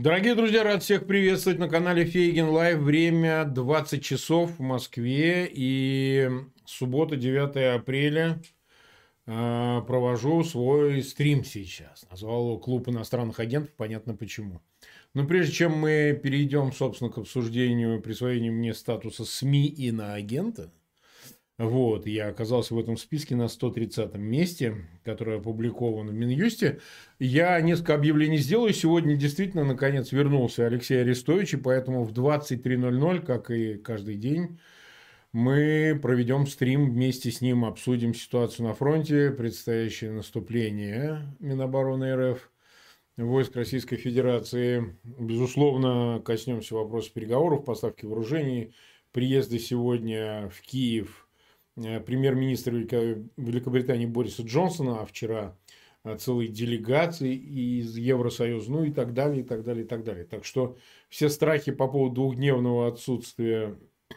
Дорогие друзья, рад всех приветствовать на канале Фейгин Лайв. Время 20 часов в Москве и суббота, 9 апреля. Провожу свой стрим сейчас. Назвал его «Клуб иностранных агентов», понятно почему. Но прежде чем мы перейдем, собственно, к обсуждению присвоения мне статуса СМИ иноагента, я оказался в этом списке на 130-м месте, которое опубликовано в Минюсте. Я несколько объявлений сделаю. Сегодня действительно, наконец, вернулся Алексей Арестович, и поэтому в 23:00, как и каждый день, мы проведем стрим вместе с ним, обсудим ситуацию на фронте, предстоящее наступление Минобороны РФ, войск Российской Федерации. Безусловно, коснемся вопроса переговоров, поставки вооружений, приезда сегодня в Киев премьер-министра Великобритании Бориса Джонсона, а вчера целой делегации из Евросоюза, ну и так далее, и так далее, и так далее. Так что все страхи по поводу двухдневного отсутствия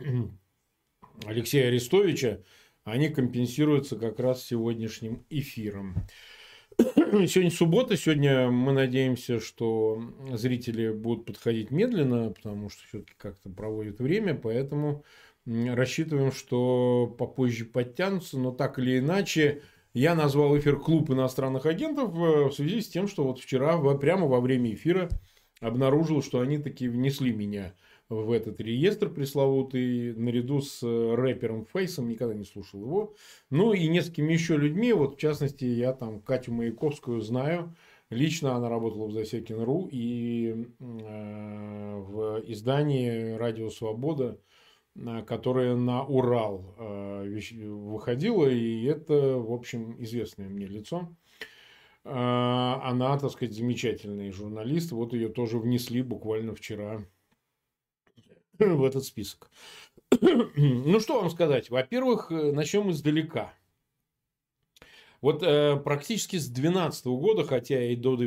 Алексея Арестовича, они компенсируются как раз сегодняшним эфиром. Сегодня суббота, сегодня мы надеемся, что зрители будут подходить медленно, потому что все-таки как-то проводят время, поэтому рассчитываем, что попозже подтянутся, но так или иначе, я назвал эфир «Клуб иностранных агентов» в связи с тем, что вот вчера, прямо во время эфира, обнаружил, что они таки внесли меня в этот реестр пресловутый, наряду с рэпером Фейсом, никогда не слушал его, ну и несколькими еще людьми, вот в частности, я там Катю Маяковскую знаю, лично она работала в Засекин.ру и в издании «Радио Свобода», которая на Урал выходила, и это, в общем, известное мне лицо. Она, так сказать, замечательный журналист, вот ее тоже внесли буквально вчера в этот список. Ну, что вам сказать? Во-первых, начнем издалека. Вот практически с 2012 года, хотя и до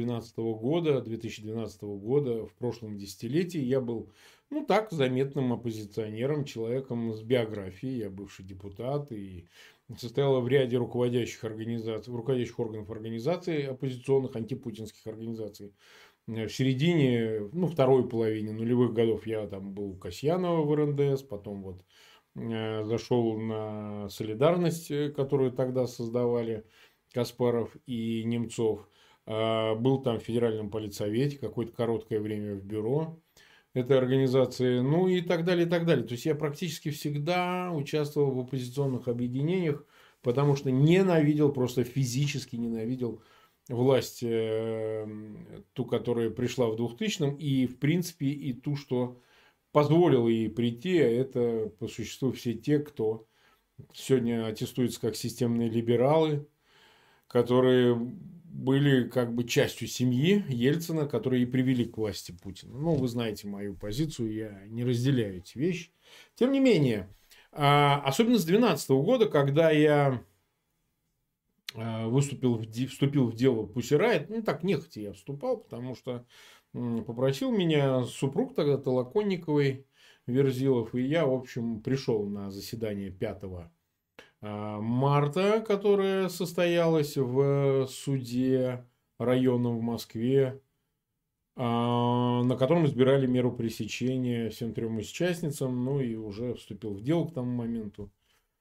2012 года, в прошлом десятилетии, я был, ну так, заметным оппозиционером, человеком с биографией. Я бывший депутат и состоял в ряде руководящих органов организаций, оппозиционных, антипутинских организаций. В середине, второй половине нулевых годов я там был у Касьянова в РНДС, потом вот зашел на солидарность, которую тогда создавали Каспаров и Немцов. Был там в Федеральном политсовете, какое-то короткое время в бюро этой организации, ну и так далее, и так далее. То есть я практически всегда участвовал в оппозиционных объединениях, потому что ненавидел, просто физически ненавидел власть, ту, которая пришла в 2000-м, и в принципе и ту, что позволило ей прийти, это по существу все те, кто сегодня аттестуется как системные либералы, которые были как бы частью семьи Ельцина, которые и привели к власти Путина. Ну, вы знаете мою позицию, я не разделяю эти вещи. Тем не менее, особенно с 2012 года, когда я вступил в дело Pussy Riot, так нехотя я вступал, потому что попросил меня супруг тогда Толоконниковой, Верзилов, и я, в общем, пришел на заседание 5 марта, которое состоялось в суде районном в Москве, на котором избирали меру пресечения всем 3 участницам, ну и уже вступил в дело к тому моменту.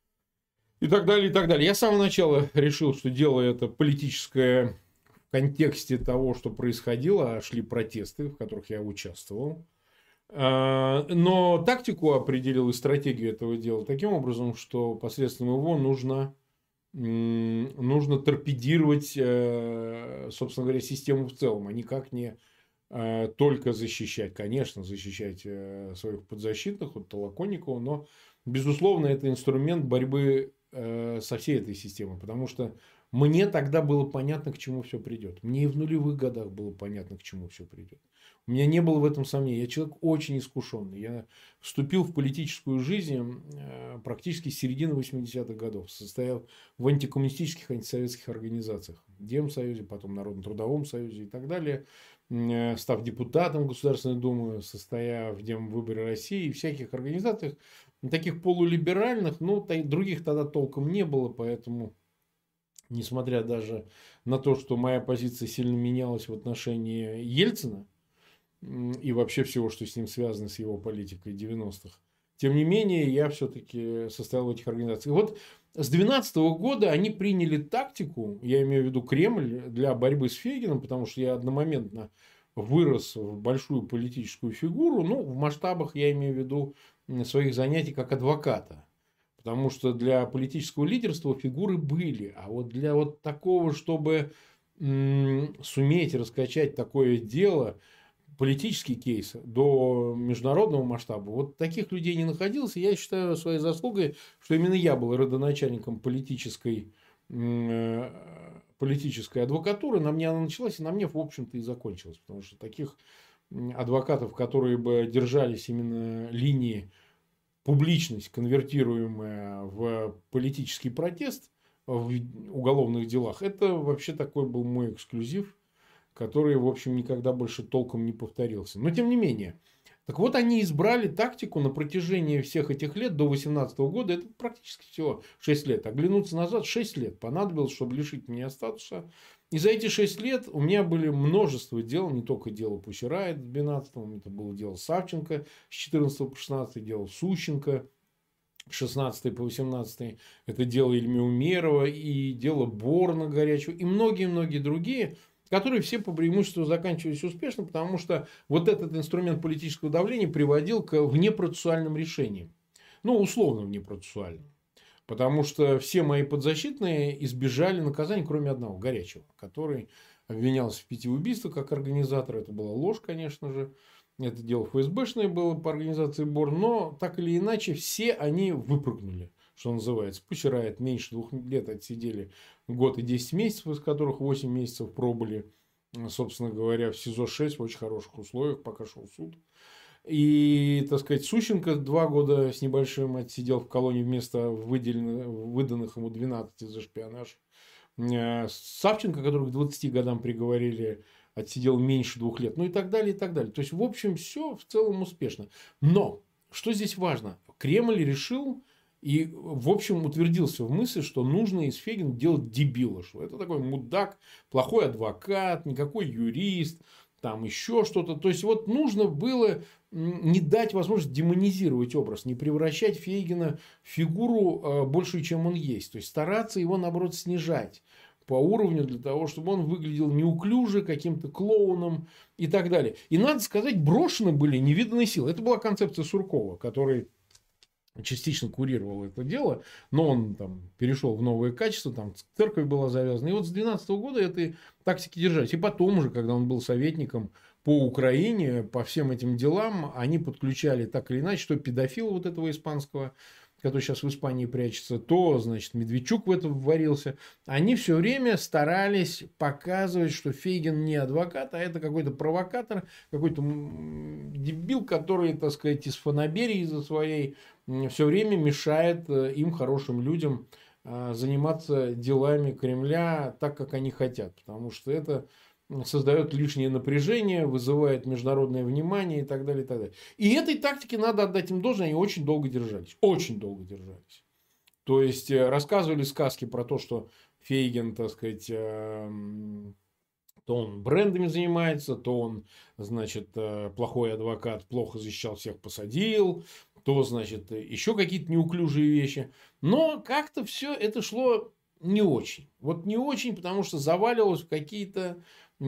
И так далее, и так далее. Я с самого начала решил, что дело это политическое в контексте того, что происходило, а шли протесты, в которых я участвовал. Но тактику определил и стратегию этого дела таким образом, что посредством его нужно торпедировать, собственно говоря, систему в целом, а никак не только защищать. Конечно, защищать своих подзащитных от Толоконникова, но, безусловно, это инструмент борьбы со всей этой системой, потому что мне тогда было понятно, к чему все придет. Мне и в нулевых годах было понятно, к чему все придет. У меня не было в этом сомнений. Я человек очень искушенный. Я вступил в политическую жизнь практически с середины 80-х годов, состоял в антикоммунистических, антисоветских организациях. Демсоюзе, потом Народно-трудовом союзе и так далее. Став депутатом Государственной Думы, состоя в Демвыборе России и всяких организациях, таких полулиберальных, но других тогда толком не было, поэтому, несмотря даже на то, что моя позиция сильно менялась в отношении Ельцина, и вообще всего, что с ним связано, с его политикой 90-х. Тем не менее, я все-таки состоял в этих организациях. И вот с 2012 года они приняли тактику, я имею в виду Кремль, для борьбы с Фейгиным, потому что я одномоментно вырос в большую политическую фигуру, ну, в масштабах я имею в виду своих занятий как адвоката. Потому что для политического лидерства фигуры были. А вот для вот такого, чтобы суметь раскачать такое дело, политический кейс до международного масштаба, вот таких людей не находилось. И я считаю своей заслугой, что именно я был родоначальником политической адвокатуры. На мне она началась, и на мне, в общем-то, и закончилась. Потому что таких адвокатов, которые бы держались именно линии публичность, конвертируемая в политический протест в уголовных делах, это вообще такой был мой эксклюзив, который, в общем, никогда больше толком не повторился. Но, тем не менее. Так вот, они избрали тактику на протяжении всех этих лет, до 2018 года, это практически всего 6 лет. Оглянуться назад, 6 лет понадобилось, чтобы лишить меня статуса. И за эти 6 лет у меня были множество дел, не только дело Пусирайт в 2012, это было дело Савченко с 14 по 16, дело Сущенко с 16 по 18, это дело Ильми Умерова и дело Борна горячего и многие-многие другие, которые все по преимуществу заканчивались успешно, потому что вот этот инструмент политического давления приводил к внепроцессуальным решениям. Ну, условно внепроцессуальным. Потому что все мои подзащитные избежали наказания, кроме одного, Горячего, который обвинялся в 5 убийствах как организатор. Это была ложь, конечно же. Это дело ФСБшное было по организации БОР. Но так или иначе все они выпрыгнули, что называется. Пусирайт меньше 2 лет отсидели год и 10 месяцев, из которых 8 месяцев пробыли, собственно говоря, в СИЗО-6 в очень хороших условиях, пока шел суд. И, так сказать, Сущенко 2 года с небольшим отсидел в колонии вместо выданных ему 12 за шпионаж. Савченко, которого к 20 годам приговорили, отсидел меньше 2 лет. Ну и так далее, и так далее. То есть, в общем, все в целом успешно. Но, что здесь важно? Кремль решил и, в общем, утвердился в мысли, что нужно из Фейгина делать дебила. Что это такой мудак, плохой адвокат, никакой юрист, там еще что-то. То есть, вот нужно было не дать возможность демонизировать образ, не превращать Фейгина в фигуру больше, чем он есть. То есть, стараться его, наоборот, снижать по уровню для того, чтобы он выглядел неуклюже, каким-то клоуном и так далее. И, надо сказать, брошены были невиданные силы. Это была концепция Суркова, который частично курировал это дело, но он там перешел в новое качество, там церковь была завязана. И вот с 2012 года этой тактики держались. И потом уже, когда он был советником по Украине, по всем этим делам, они подключали так или иначе, что педофила вот этого испанского, который сейчас в Испании прячется, то, значит, Медведчук в это вварился. Они все время старались показывать, что Фейгин не адвокат, а это какой-то провокатор, какой-то дебил, который, так сказать, из фанаберии из-за своей все время мешает им, хорошим людям, заниматься делами Кремля так, как они хотят. Потому что это создает лишнее напряжение, вызывает международное внимание и так далее, и так далее. И этой тактике надо отдать им должное, они очень долго держались. Очень долго держались. То есть, рассказывали сказки про то, что Фейгин, так сказать, то он брендами занимается, то он, значит, плохой адвокат, плохо защищал всех, посадил, то, значит, еще какие-то неуклюжие вещи. Но как-то все это шло не очень. Вот не очень, потому что заваливалось в какие-то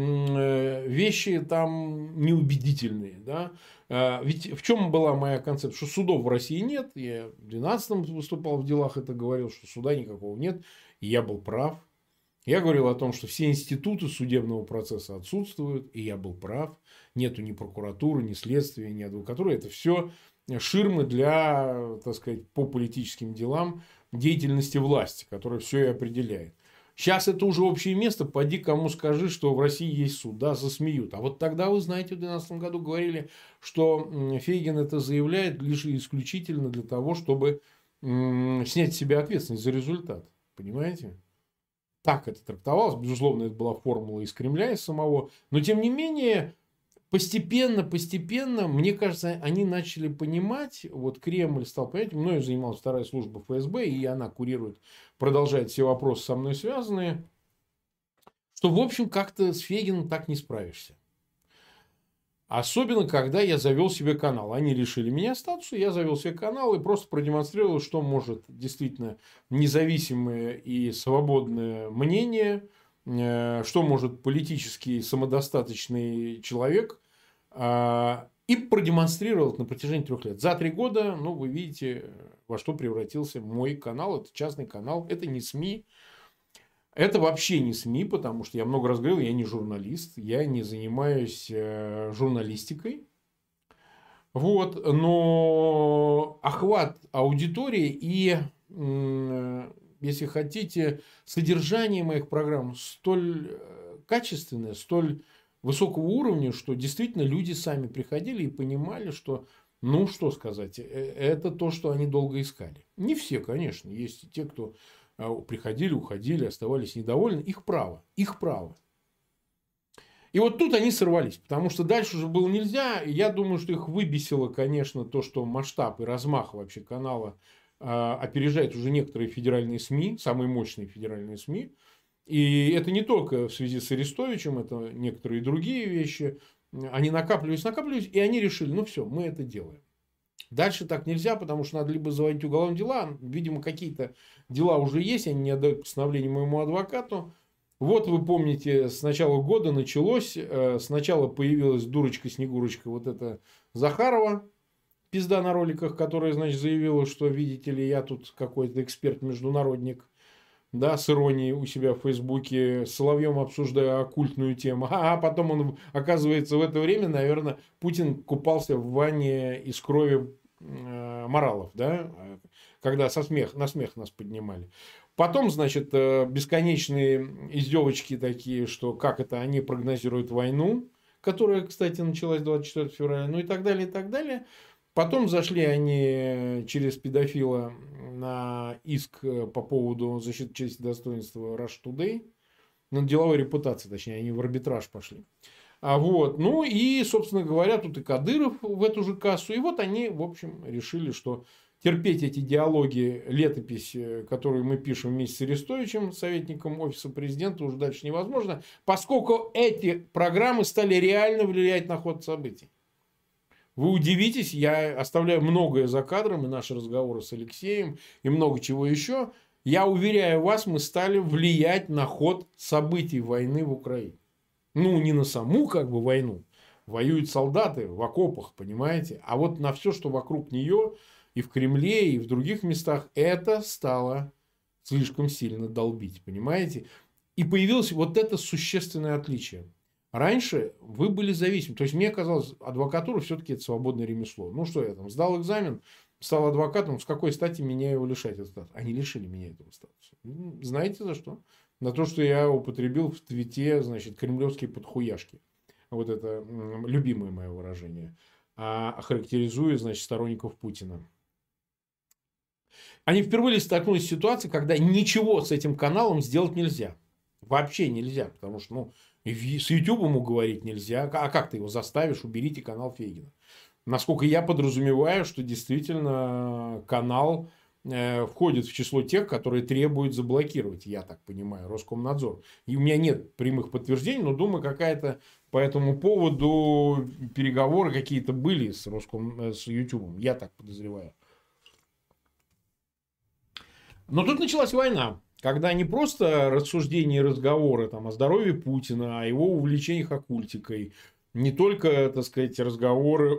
вещи там неубедительные. Да? Ведь в чем была моя концепция? Что судов в России нет. Я в 2012-м выступал в делах, это говорил, что суда никакого нет. И я был прав. Я говорил о том, что все институты судебного процесса отсутствуют. И я был прав. Нету ни прокуратуры, ни следствия, ни адвокатуры. Это все ширмы для, так сказать, по политическим делам деятельности власти, которая все и определяет. Сейчас это уже общее место. Поди кому скажи, что в России есть суд. Да, засмеют. А вот тогда, вы знаете, в 2012 году говорили, что Фейгин это заявляет лишь и исключительно для того, чтобы снять с себя ответственность за результат. Понимаете? Так это трактовалось. Безусловно, это была формула из Кремля, из самого. Но, тем не менее, постепенно, мне кажется, они начали понимать, вот Кремль стал понимать, мною занималась вторая служба ФСБ, и она курирует, продолжает все вопросы со мной связанные, что, в общем, как-то с Фейгиным так не справишься. Особенно, когда я завел себе канал. Они лишили меня статуса, я завел себе канал и просто продемонстрировал, что может действительно независимое и свободное мнение, что может политически самодостаточный человек, и продемонстрировал это на протяжении 3 лет. За 3 года, ну, вы видите, во что превратился мой канал. Это частный канал, это не СМИ. Это вообще не СМИ, потому что я много раз говорил, я не журналист, я не занимаюсь журналистикой. Вот, но охват аудитории и, если хотите, содержание моих программ столь качественное, столь высокого уровня, что действительно люди сами приходили и понимали, что, ну, что сказать, это то, что они долго искали. Не все, конечно, есть и те, кто приходили, уходили, оставались недовольны. Их право. Их право. И вот тут они сорвались, потому что дальше уже было нельзя. И я думаю, что их выбесило, конечно, то, что масштаб и размах вообще канала опережает уже некоторые федеральные СМИ, самые мощные федеральные СМИ. И это не только в связи с Арестовичем, это некоторые другие вещи. Они накапливались, и они решили, ну все, мы это делаем. Дальше так нельзя, потому что надо либо заводить уголовные дела. Видимо, какие-то дела уже есть, они не отдают постановлению моему адвокату. Вот вы помните, с начала года началось. Сначала появилась дурочка-снегурочка, вот эта Захарова, пизда на роликах, которая, значит, заявила, что, видите ли, я тут какой-то эксперт-международник. Да, с иронией у себя в Фейсбуке, с Соловьем обсуждая оккультную тему. А потом он, оказывается, в это время, наверное, Путин купался в ванне из крови моралов, да, когда на смех нас поднимали. Потом, значит, бесконечные издевочки такие, что как это они прогнозируют войну, которая, кстати, началась 24 февраля, ну и так далее, и так далее. Потом зашли они через педофила на иск по поводу защиты чести и достоинства Russia Today. На деловой репутации, точнее, они в арбитраж пошли. Вот. Ну и, собственно говоря, тут и Кадыров в эту же кассу. И вот они, в общем, решили, что терпеть эти диалоги, летопись, которую мы пишем вместе с Арестовичем, советником офиса президента, уже дальше невозможно, поскольку эти программы стали реально влиять на ход событий. Вы удивитесь, я оставляю многое за кадром, и наши разговоры с Алексеем, и много чего еще. Я уверяю вас, мы стали влиять на ход событий войны в Украине. Ну, не на саму как бы войну. Воюют солдаты в окопах, понимаете? А вот на все, что вокруг нее, и в Кремле, и в других местах, это стало слишком сильно долбить, понимаете? И появилось вот это существенное отличие. Раньше вы были зависимы. То есть, мне казалось, адвокатура все-таки это свободное ремесло. Ну, что я там, сдал экзамен, стал адвокатом, с какой стати меня его лишать этого статуса? Они лишили меня этого статуса. Знаете за что? На то, что я употребил в твите, значит, кремлевские подхуяшки. Вот это любимое мое выражение. Характеризуя, значит, сторонников Путина. Они впервые столкнулись с ситуацией, когда ничего с этим каналом сделать нельзя. Вообще нельзя. Потому что, ну, с Ютубом уговорить нельзя. А как ты его заставишь? Уберите канал Фейгина. Насколько я подразумеваю, что действительно канал входит в число тех, которые требуют заблокировать, я так понимаю, Роскомнадзор. И у меня нет прямых подтверждений, но думаю, какая-то по этому поводу переговоры какие-то были с Ютубом. Я так подозреваю. Но тут началась война. Когда не просто рассуждения и разговоры там, о здоровье Путина, о его увлечениях оккультикой, не только, так сказать, разговоры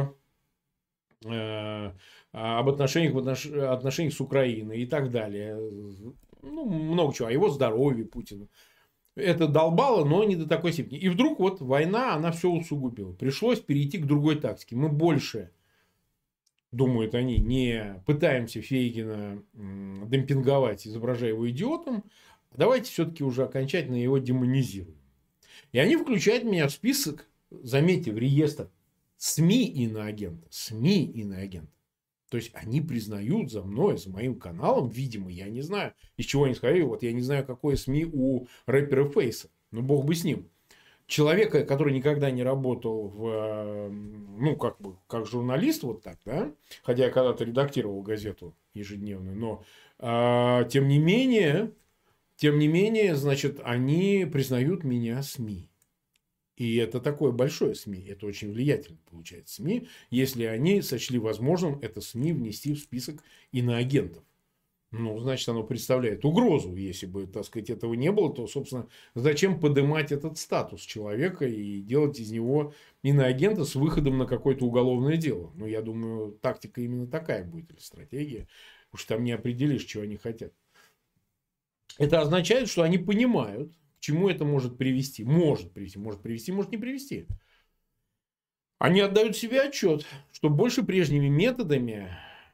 об отношениях с Украиной и так далее. Ну, много чего. О его здоровье Путина. Это долбало, но не до такой степени. И вдруг вот война, она все усугубила. Пришлось перейти к другой тактике. Мы больше, думают они, не пытаемся Фейгина демпинговать, изображая его идиотом. Давайте все-таки уже окончательно его демонизируем. И они включают меня в список, заметьте, в реестр СМИ иноагента. СМИ иноагента. То есть, они признают за мной, за моим каналом, видимо, я не знаю, из чего они сказали, вот я не знаю, какое СМИ у рэпера Фейса. Ну, бог бы с ним. Человека, который никогда не работал ну, как журналист, вот так, да, хотя я когда-то редактировал газету ежедневную, но, тем не менее, значит, они признают меня СМИ. И это такое большое СМИ, это очень влиятельно получается СМИ, если они сочли возможным это СМИ внести в список иноагентов. Ну, значит, оно представляет угрозу. Если бы, так сказать, этого не было, то, собственно, зачем поднимать этот статус человека и делать из него иноагента с выходом на какое-то уголовное дело? Ну, я думаю, тактика именно такая будет, или стратегия. Уж там не определишь, чего они хотят. Это означает, что они понимают, к чему это может привести. Может привести, может не привести. Они отдают себе отчет, что больше прежними методами,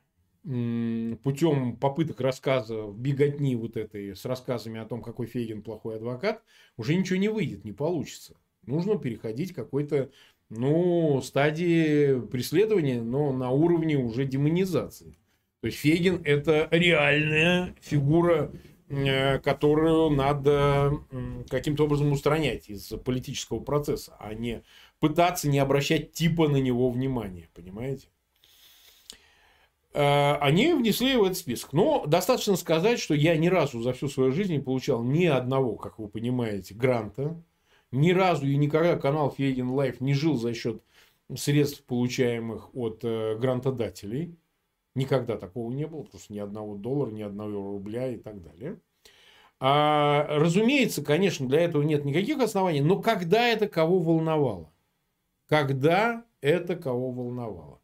путем попыток рассказа, беготни вот этой с рассказами о том, какой Фейгин плохой адвокат, уже ничего не выйдет, не получится. Нужно переходить к какой-то, стадии преследования, но на уровне уже демонизации. То есть Фейгин – это реальная фигура, которую надо каким-то образом устранять из политического процесса, а не пытаться не обращать типа на него внимания, понимаете? Они внесли в этот список. Но достаточно сказать, что я ни разу за всю свою жизнь не получал ни одного, как вы понимаете, гранта. Ни разу и никогда канал Фейгин Лайф не жил за счет средств, получаемых от грантодателей. Никогда такого не было, потому что ни одного доллара, ни одного рубля и так далее. Разумеется, конечно, для этого нет никаких оснований, но когда это кого волновало? Когда это кого волновало?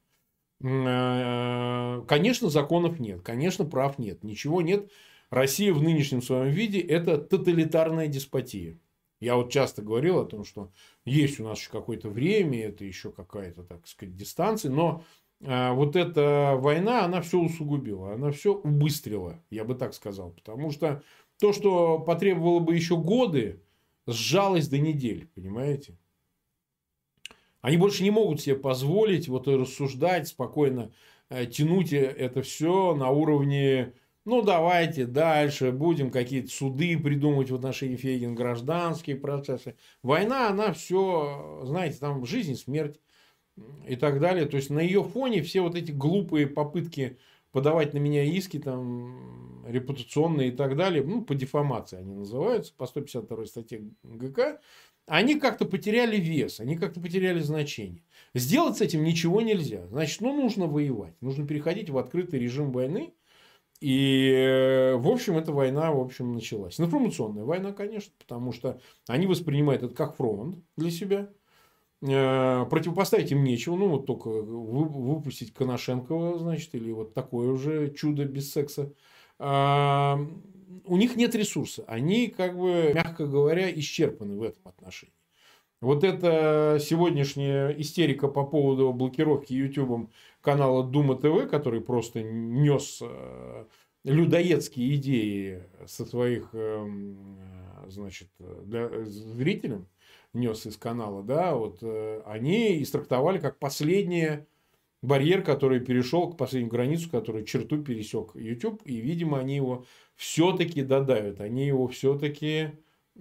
Конечно, законов нет, конечно, прав нет, ничего нет. Россия в нынешнем своем виде – это тоталитарная деспотия. Я вот часто говорил о том, что есть у нас еще какое-то время, это еще какая-то, так сказать, дистанция, но вот эта война, она все усугубила, она все убыстрила, я бы так сказал. Потому что то, что потребовало бы еще годы, сжалось до недель, понимаете? Они больше не могут себе позволить вот рассуждать, спокойно тянуть это все на уровне, давайте дальше, будем какие-то суды придумывать в отношении Фейгина, гражданские процессы. Война, она все, знаете, там жизнь, смерть и так далее. То есть на ее фоне все вот эти глупые попытки подавать на меня иски, там, репутационные и так далее, по дефамации они называются, по 152 статье ГК, они как-то потеряли вес, они как-то потеряли значение. Сделать с этим ничего нельзя. Значит, нужно воевать. Нужно переходить в открытый режим войны. И, в общем, эта война, началась. Информационная война, конечно, потому что они воспринимают это как фронт для себя. Противопоставить им нечего. Только выпустить Коношенкова, значит, или вот такое уже чудо без секса. У них нет ресурса. Они, мягко говоря, исчерпаны в этом отношении. Вот эта сегодняшняя истерика по поводу блокировки YouTube канала Дума ТВ, который просто нес людоедские идеи со своих, для зрителям, нес из канала, да, вот они истрактовали как последний барьер, который перешел к последнюю границу, который черту пересек YouTube, и, видимо, они его все-таки додавят, они его все-таки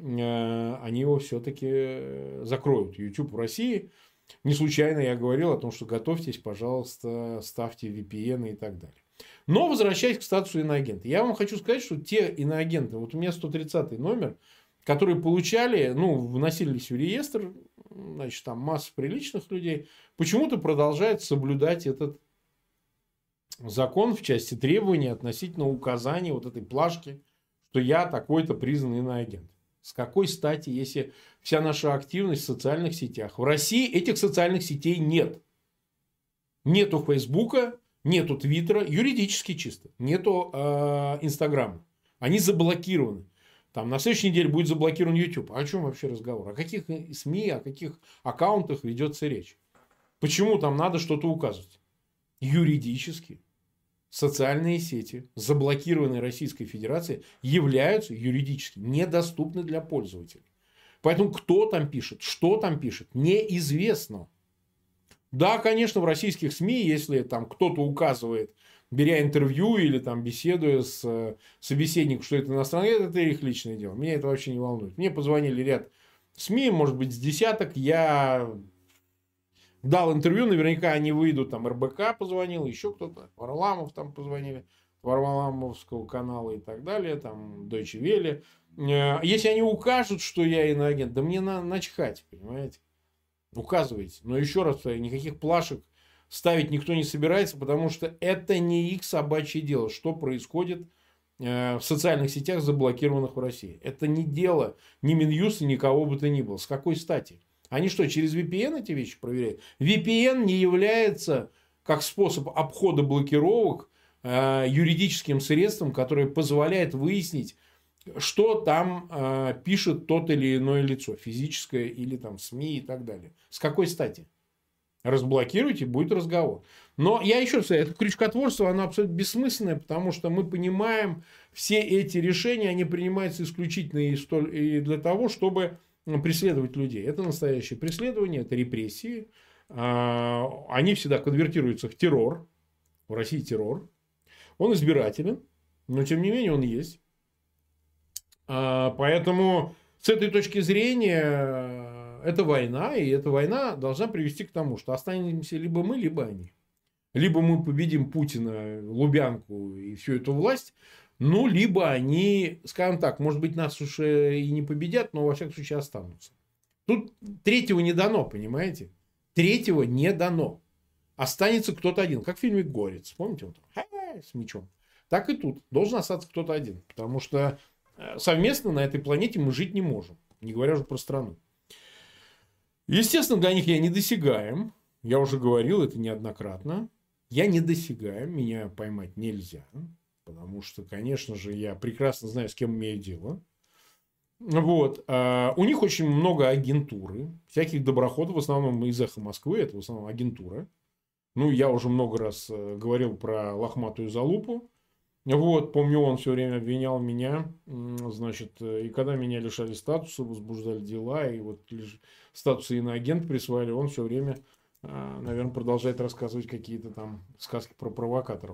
закроют. YouTube в России. Не случайно я говорил о том, что готовьтесь, пожалуйста, ставьте VPN и так далее. Но возвращаясь к статусу иноагента. Я вам хочу сказать, что те иноагенты, вот у меня 130 номер, которые получали, вносились в реестр, значит, там масса приличных людей, почему-то продолжают соблюдать этот закон в части требований относительно указания вот этой плашки, что я такой-то признанный иноагент. С какой стати, если вся наша активность в социальных сетях? В России этих социальных сетей нет. Нету Фейсбука, нету Твиттера, юридически чисто. Нету Инстаграма. Они заблокированы. Там на следующей неделе будет заблокирован YouTube. О чем вообще разговор? О каких СМИ, о каких аккаунтах ведется речь? Почему там надо что-то указывать? Юридически социальные сети, заблокированные Российской Федерацией, являются юридически недоступны для пользователей. Поэтому кто там пишет, что там пишет, неизвестно. Да, конечно, в российских СМИ, если там кто-то указывает, беря интервью или там беседуя с собеседником, что это иностранный, это их личное дело. Меня это вообще не волнует. Мне позвонили ряд СМИ, может быть, с десяток. Я дал интервью, наверняка они выйдут. Там РБК позвонил, еще кто-то. Варламов там позвонили. Варламовского канала и так далее. Там Deutsche Welle. Если они укажут, что я иноагент, да мне начхать, понимаете. Указывайте. Но еще раз, никаких плашек ставить никто не собирается, потому что это не их собачье дело, что происходит в социальных сетях, заблокированных в России. Это не дело ни Минюста, ни кого бы то ни было. С какой стати? Они что, через VPN эти вещи проверяют? VPN не является, как способ обхода блокировок, юридическим средством, которое позволяет выяснить, что там пишет тот или иное лицо, физическое или там СМИ и так далее. С какой стати? Разблокируйте, будет разговор. Но я еще раз говорю, это крючкотворство, оно абсолютно бессмысленное, потому что мы понимаем, все эти решения, они принимаются исключительно и для того, чтобы преследовать людей. Это настоящее преследование, это репрессии. Они всегда конвертируются в террор. В России террор. Он избирателен, но тем не менее он есть. Поэтому с этой точки зрения это война, и эта война должна привести к тому, что останемся либо мы, либо они. Либо мы победим Путина, Лубянку и всю эту власть, ну, либо они, скажем так, может быть, нас уже и не победят, но во всяком случае останутся. Тут третьего не дано, понимаете? Третьего не дано. Останется кто-то один, как в фильме «Горец». Помните, он там с мечом. Так и тут должен остаться кто-то один, потому что совместно на этой планете мы жить не можем, не говоря уже про страну. Естественно, для них я недосягаем. Я уже говорил это неоднократно. Я недосягаем, меня поймать нельзя. Потому что, конечно же, я прекрасно знаю, с кем имею дело. Вот. У них очень много агентуры. Всяких доброходов, в основном из «Эхо Москвы». Это в основном агентура. Ну, я уже много раз говорил про лохматую залупу. Вот, помню, он все время обвинял меня, значит, и когда меня лишали статуса, возбуждали дела, и вот статусы иноагента присваивали, он все время, наверное, продолжает рассказывать какие-то там сказки про провокаторов.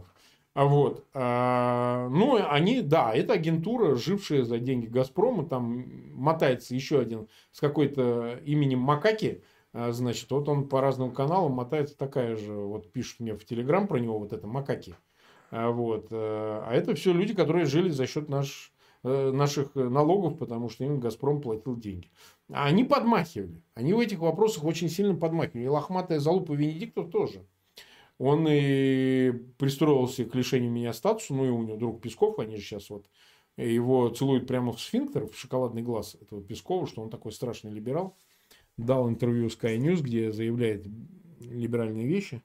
Ну, они, да, это агентура, жившая за деньги «Газпрома», там мотается еще один с какой-то именем Макаки, значит, вот он по разным каналам мотается такая же, вот пишут мне в Телеграм про него, вот это Макаки. Вот. А это все люди, которые жили за счет наших налогов, потому что им «Газпром» платил деньги. А они подмахивали. Они в этих вопросах очень сильно подмахивали. И лохматая залупа Венедиктов тоже. Он и пристроился к лишению меня статуса. Ну и у него друг Песков, они же сейчас вот его целуют прямо в сфинктер, в шоколадный глаз этого Пескова, что он такой страшный либерал. Дал интервью Sky News, где заявляет либеральные вещи.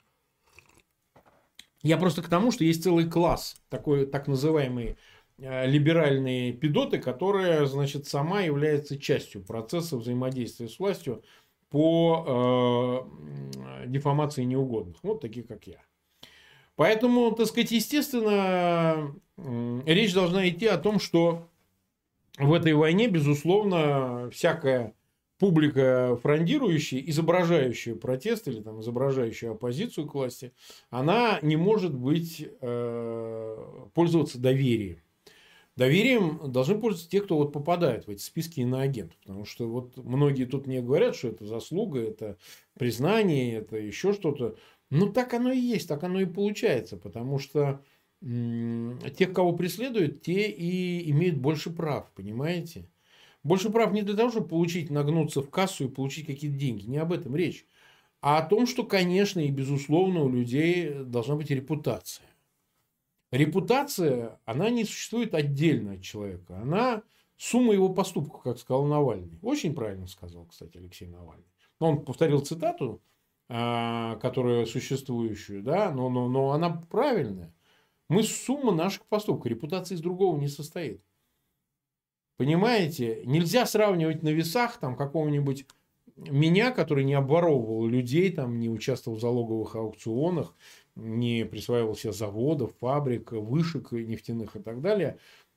Я просто к тому, что есть целый класс, такой так называемые либеральные педоты, которая, значит, сама является частью процесса взаимодействия с властью по дефамации неугодных. Вот такие, как я. Поэтому, так сказать, естественно, речь должна идти о том, что в этой войне, безусловно, всякая публика фрондирующая, изображающая протест или там, изображающая оппозицию к власти, она не может пользоваться доверием. Доверием должны пользоваться те, кто вот попадает в эти списки иноагентов. Потому что вот многие тут мне говорят, что это заслуга, это признание, это еще что-то. Ну, так оно и есть, так оно и получается. Потому что тех, кого преследуют, те и имеют больше прав, понимаете? Больше прав не для того, чтобы нагнуться в кассу и получить какие-то деньги. Не об этом речь. А о том, что, конечно, и безусловно у людей должна быть репутация. Репутация, она не существует отдельно от человека. Она сумма его поступков, как сказал Навальный. Очень правильно сказал, кстати, Алексей Навальный. Он повторил цитату, которая существующую, да, но она правильная. Мы сумма наших поступков. Репутация из другого не состоит. Понимаете? Нельзя сравнивать на весах там какого-нибудь меня, который не обворовывал людей, там, не участвовал в залоговых аукционах, не присваивал себе заводов, фабрик, вышек нефтяных и так далее,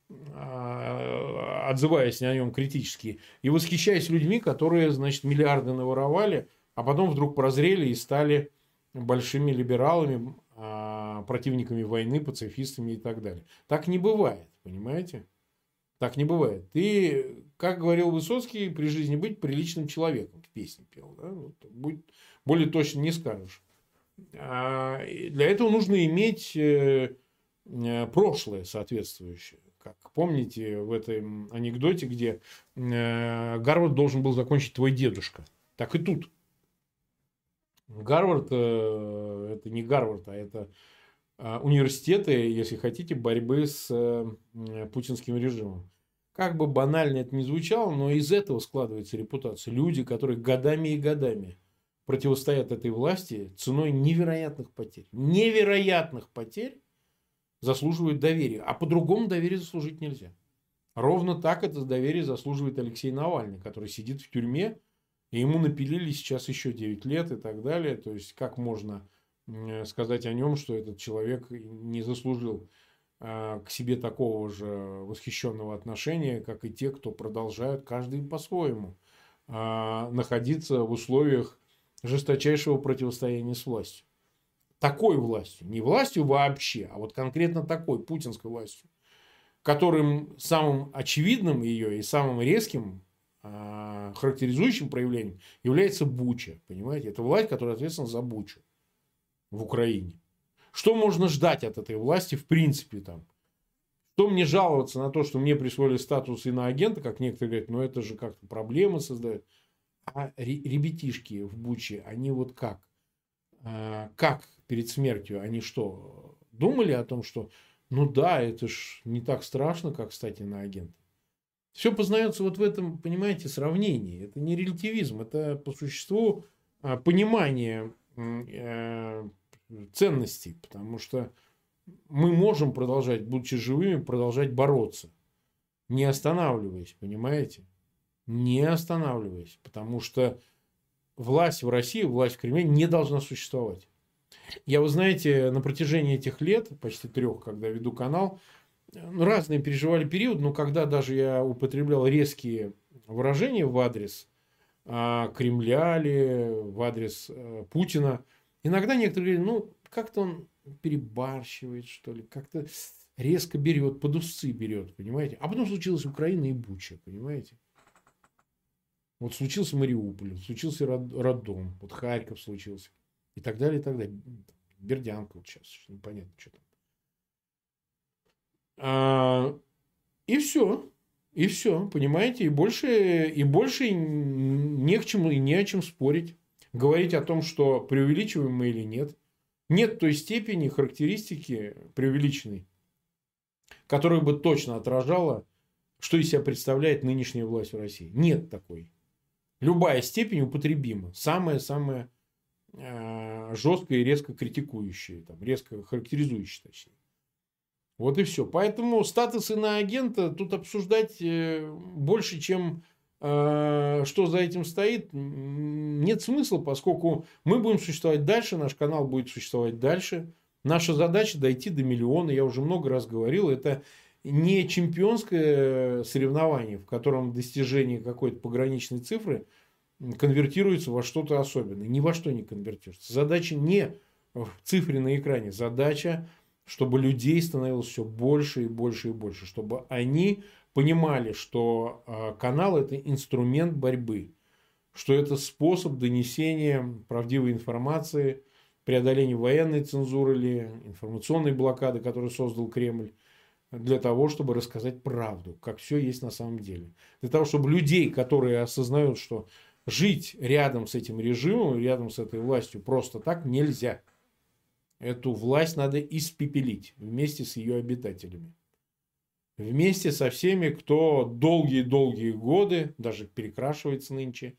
отзываясь о нем критически, и восхищаясь людьми, которые, значит, миллиарды наворовали, а потом вдруг прозрели и стали большими либералами, противниками войны, пацифистами и так далее. Так не бывает, понимаете? Так не бывает. Ты, как говорил Высоцкий, при жизни быть приличным человеком. В песне пел. Да? Вот, более точно не скажешь. Для этого нужно иметь прошлое соответствующее. Как помните в этом анекдоте, где Гарвард должен был закончить твой дедушка. Так и тут. Гарвард это не Гарвард, а это университеты, если хотите, борьбы с путинским режимом. Как бы банально это ни звучало, но из этого складывается репутация. Люди, которые годами и годами противостоят этой власти ценой невероятных потерь. Невероятных потерь заслуживают доверия. А по-другому доверие заслужить нельзя. Ровно так это доверие заслуживает Алексей Навальный, который сидит в тюрьме, и ему напилили сейчас еще 9 лет и так далее. То есть, как можно сказать о нем, что этот человек не заслужил к себе такого же восхищенного отношения, как и те, кто продолжают, каждый по-своему, находиться в условиях жесточайшего противостояния с властью. Такой властью. Не властью вообще, а вот конкретно такой, путинской властью, которым самым очевидным ее и самым резким характеризующим проявлением является Буча. Понимаете? Это власть, которая ответственна за Бучу в Украине. Что можно ждать от этой власти в принципе там? Что мне жаловаться на то, что мне присвоили статус иноагента, как некоторые говорят, но это же как-то проблемы создает. А ребятишки в Буче, они вот как? Как перед смертью? Они что, думали о том, что ну да, это ж не так страшно, как стать иноагентом? Все познается вот в этом, понимаете, сравнении. Это не релятивизм, это по существу понимание ценностей. Потому что мы можем продолжать, будучи живыми, продолжать бороться. Не останавливаясь, понимаете? Не останавливаясь. Потому что власть в России, власть в Кремле не должна существовать. Я, вы знаете, на протяжении этих лет, почти 3, когда веду канал, разные переживали период, но когда даже я употреблял резкие выражения в адрес Кремля или в адрес Путина, иногда некоторые говорили, ну, как-то он перебарщивает, что ли, как-то резко берет, под усы берет, понимаете? А потом случилась Украина и Буча, понимаете? Вот случился Мариуполь, случился Роддом, вот Харьков случился, и так далее, и так далее. Бердянка вот сейчас, непонятно, что там. И все. И все, понимаете? И больше не к чему и не о чем спорить. Говорить о том, что преувеличиваем мы или нет. Нет той степени характеристики преувеличенной, которая бы точно отражала, что из себя представляет нынешняя власть в России. Нет такой. Любая степень употребима. Самая-самая жесткая и резко критикующая, там, резко характеризующая, точнее. Вот и все. Поэтому статус иноагента тут обсуждать больше, чем что за этим стоит, нет смысла, поскольку мы будем существовать дальше, наш канал будет существовать дальше. Наша задача дойти до миллиона. Я уже много раз говорил, это не чемпионское соревнование, в котором достижение какой-то пограничной цифры конвертируется во что-то особенное. Ни во что не конвертируется. Задача не в цифре на экране. Задача, чтобы людей становилось все больше и больше и больше. Чтобы они понимали, что канал – это инструмент борьбы. Что это способ донесения правдивой информации, преодоления военной цензуры или информационной блокады, которую создал Кремль, для того, чтобы рассказать правду, как все есть на самом деле. Для того, чтобы людей, которые осознают, что жить рядом с этим режимом, рядом с этой властью просто так нельзя. Эту власть надо испепелить вместе с ее обитателями. Вместе со всеми, кто долгие-долгие годы, даже перекрашивается нынче,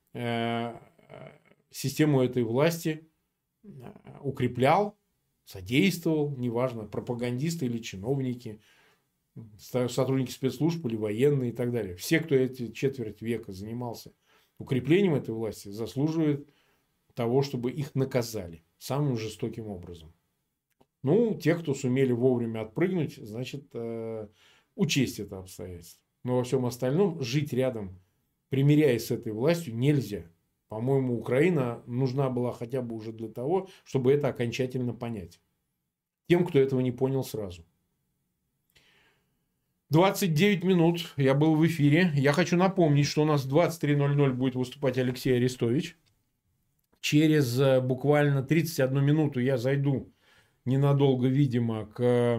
систему этой власти укреплял, содействовал, неважно, пропагандисты или чиновники, сотрудники спецслужб или военные и так далее. Все, кто эти четверть века занимался укреплением этой власти, заслуживают того, чтобы их наказали самым жестоким образом. Ну, те, кто сумели вовремя отпрыгнуть, значит, учесть это обстоятельство. Но во всем остальном жить рядом, примиряясь с этой властью, нельзя. По-моему, Украина нужна была хотя бы уже для того, чтобы это окончательно понять. Тем, кто этого не понял сразу. 29 минут я был в эфире. Я хочу напомнить, что у нас в 23:00 будет выступать Алексей Арестович. Через буквально 31 минуту я зайду ненадолго, видимо, к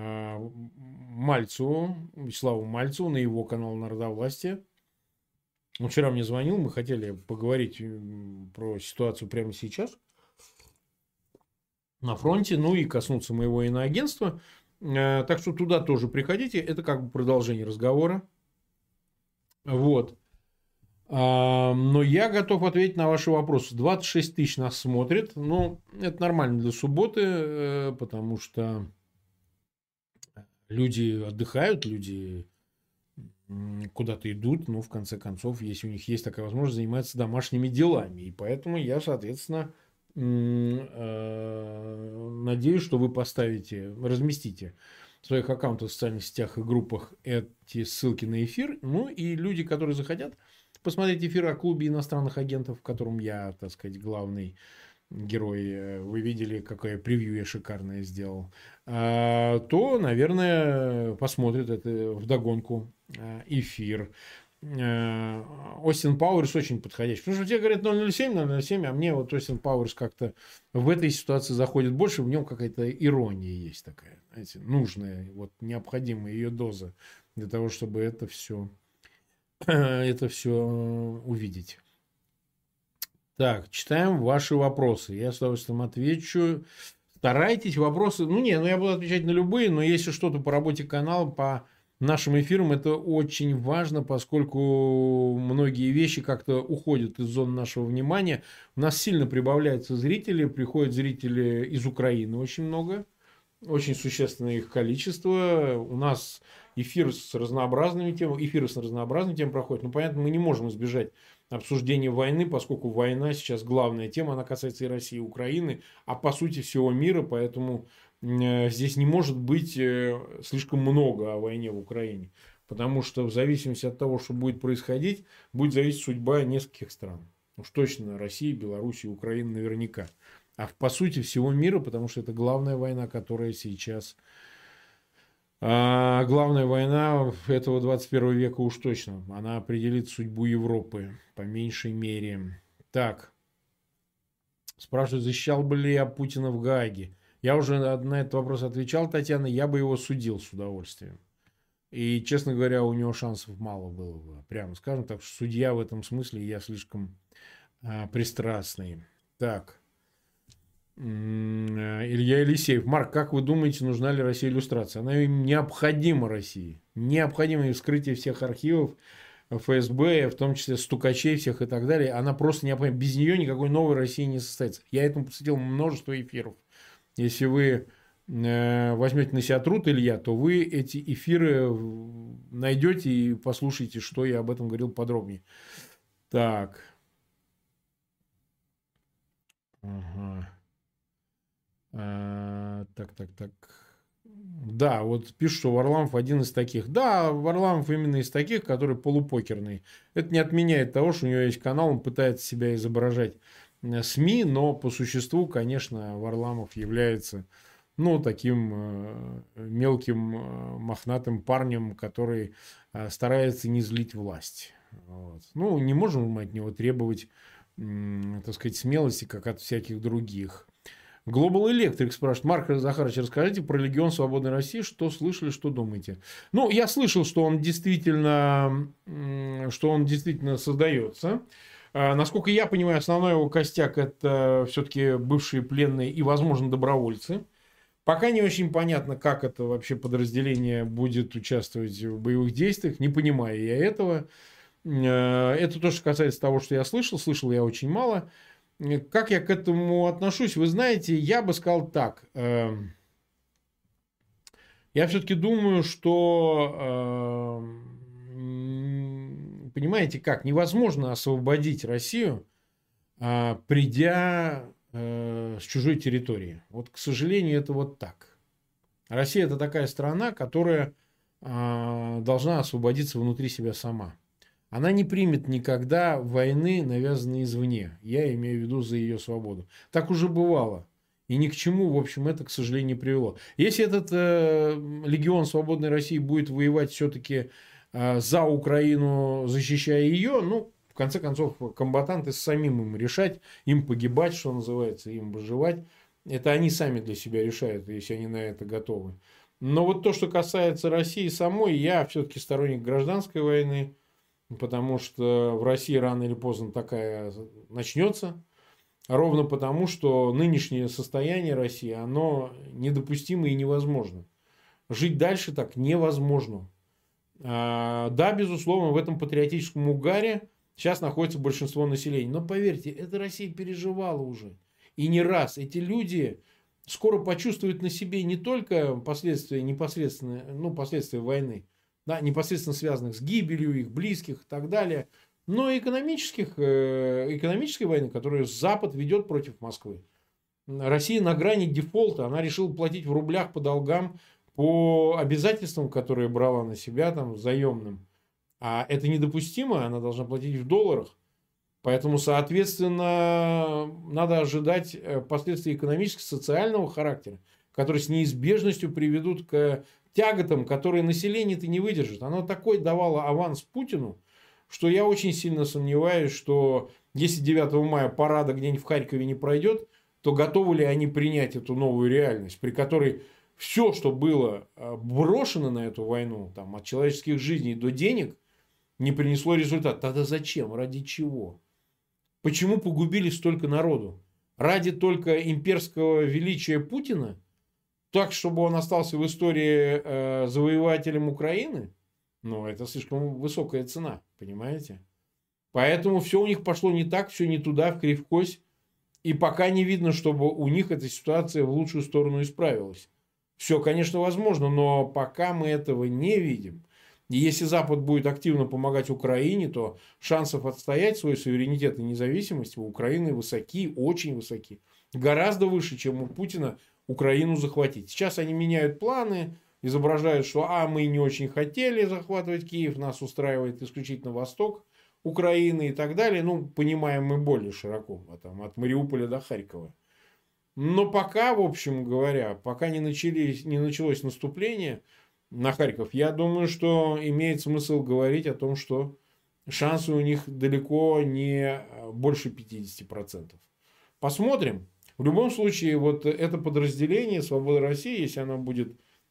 Мальцеву, Вячеславу Мальцеву на его канал «Народовластие». Он вчера мне звонил, мы хотели поговорить про ситуацию прямо сейчас на фронте, ну и коснуться моего иноагентства. Так что туда тоже приходите. Это как бы продолжение разговора. Вот. Но я готов ответить на ваши вопросы. 26 тысяч нас смотрит. Ну, это нормально для субботы, потому что люди отдыхают, люди куда-то идут, но в конце концов, если у них есть такая возможность, заниматься домашними делами. И поэтому я, соответственно, надеюсь, что вы разместите в своих аккаунтах в социальных сетях и группах эти ссылки на эфир. Ну и люди, которые захотят посмотреть эфир о клубе иностранных агентов, в котором я, так сказать, главный герой, вы видели, какое превью я шикарное сделал, то, наверное, посмотрят это вдогонку эфир. Остин Пауэрс очень подходящий. Потому что все говорят 007, 007, а мне вот Остин Пауэрс как-то в этой ситуации заходит больше, в нем какая-то ирония есть такая, знаете, нужная, вот необходимая ее доза для того, чтобы это все увидеть. Так, читаем ваши вопросы. Я с удовольствием отвечу. Старайтесь вопросы... я буду отвечать на любые, но если что-то по работе канала, по нашим эфирам, это очень важно, поскольку многие вещи как-то уходят из зоны нашего внимания. У нас сильно прибавляются зрители, приходят зрители из Украины очень много. Очень существенное их количество. У нас эфиры с разнообразными темами проходят. Ну, понятно, мы не можем избежать обсуждения войны, поскольку война сейчас главная тема, она касается и России, и Украины, а по сути всего мира, поэтому здесь не может быть слишком много о войне в Украине. Потому что в зависимости от того, что будет происходить, будет зависеть судьба нескольких стран. Уж точно России, Белоруссии, Украины наверняка. А по сути всего мира, потому что это главная война, которая сейчас... главная война этого 21 века уж точно. Она определит судьбу Европы, по меньшей мере. Так. Спрашивают, защищал бы ли я Путина в Гааге. Я уже на этот вопрос отвечал, Татьяна. Я бы его судил с удовольствием. И, честно говоря, у него шансов мало было бы. Прямо скажем так, что судья в этом смысле я слишком пристрастный. Так. Илья Елисеев. Марк, как вы думаете, нужна ли России иллюстрация? Она им необходима России. Необходимо вскрытие всех архивов ФСБ, в том числе стукачей всех и так далее. Она просто необходима. Без нее никакой новой России не состоится. Я этому посвятил множество эфиров. Если вы возьмете на себя труд, Илья, то вы эти эфиры найдете и послушаете, что я об этом говорил подробнее. Так. Ага. Так. Да, вот пишут, что Варламов один из таких. Да, Варламов именно из таких, который полупокерный. Это не отменяет того, что у него есть канал, он пытается себя изображать СМИ, но по существу, конечно, Варламов является, таким мелким мохнатым парнем, который старается не злить власть. Вот. Не можем мы от него требовать, так сказать, смелости, как от всяких других. Global Electric спрашивает. Марк Захарович, расскажите про Легион Свободной России. Что слышали, что думаете? Я слышал, что он действительно создается. Насколько я понимаю, основной его костяк — это все-таки бывшие пленные и, возможно, добровольцы. Пока не очень понятно, как это вообще подразделение будет участвовать в боевых действиях. Не понимаю я этого. Это то, что касается того, что я слышал. Слышал я очень мало. Как я к этому отношусь? Вы знаете, я бы сказал так. Я все-таки думаю, что, понимаете как, невозможно освободить Россию, придя с чужой территории. Вот, к сожалению, это вот так. Россия — это такая страна, которая должна освободиться внутри себя сама. Она не примет никогда войны, навязанные извне. Я имею в виду за ее свободу. Так уже бывало. И ни к чему, в общем, это, к сожалению, не привело. Если этот Легион Свободной России будет воевать все-таки за Украину, защищая ее, в конце концов, комбатанты самим им решать, им погибать, что называется, им выживать. Это они сами для себя решают, если они на это готовы. Но вот то, что касается России самой, я все-таки сторонник гражданской войны. потому что в России рано или поздно такая начнется. Ровно потому, что нынешнее состояние России, оно недопустимо и невозможно. Жить дальше так невозможно. Да, безусловно, в этом патриотическом угаре сейчас находится большинство населения. Но поверьте, эта Россия переживала уже. И не раз. Эти люди скоро почувствуют на себе не только последствия непосредственно, последствия войны, да, непосредственно связанных с гибелью их близких и так далее, но и экономической войны, которую Запад ведет против Москвы. Россия на грани дефолта, она решила платить в рублях по долгам, по обязательствам, которые брала на себя там заемным. А это недопустимо, она должна платить в долларах. Поэтому, соответственно, надо ожидать последствий экономическо-социального характера, которые с неизбежностью приведут к тяготам, которые население-то не выдержит. Оно такой давало аванс Путину, что я очень сильно сомневаюсь, что если 9 мая парада где-нибудь в Харькове не пройдет, то готовы ли они принять эту новую реальность, при которой все, что было брошено на эту войну, там, от человеческих жизней до денег, не принесло результат. Тогда зачем? Ради чего? Почему погубили столько народу? Ради только имперского величия Путина? Так, чтобы он остался в истории завоевателем Украины? Ну, это слишком высокая цена, понимаете? Поэтому все у них пошло не так, все не туда, вкривь-кость. И пока не видно, чтобы у них эта ситуация в лучшую сторону исправилась. Все, конечно, возможно, но пока мы этого не видим. И если Запад будет активно помогать Украине, то шансов отстоять свой суверенитет и независимость у Украины высоки, очень высоки. Гораздо выше, чем у Путина Украину захватить. Сейчас они меняют планы, изображают, что мы не очень хотели захватывать Киев, нас устраивает исключительно восток Украины и так далее. Ну, понимаем мы более широко, от Мариуполя до Харькова. Но пока, в общем говоря, пока не началось наступление на Харьков, я думаю, что имеет смысл говорить о том, что шансы у них далеко не больше 50%. Посмотрим. В любом случае, вот это подразделение «Свобода России», если оно будет,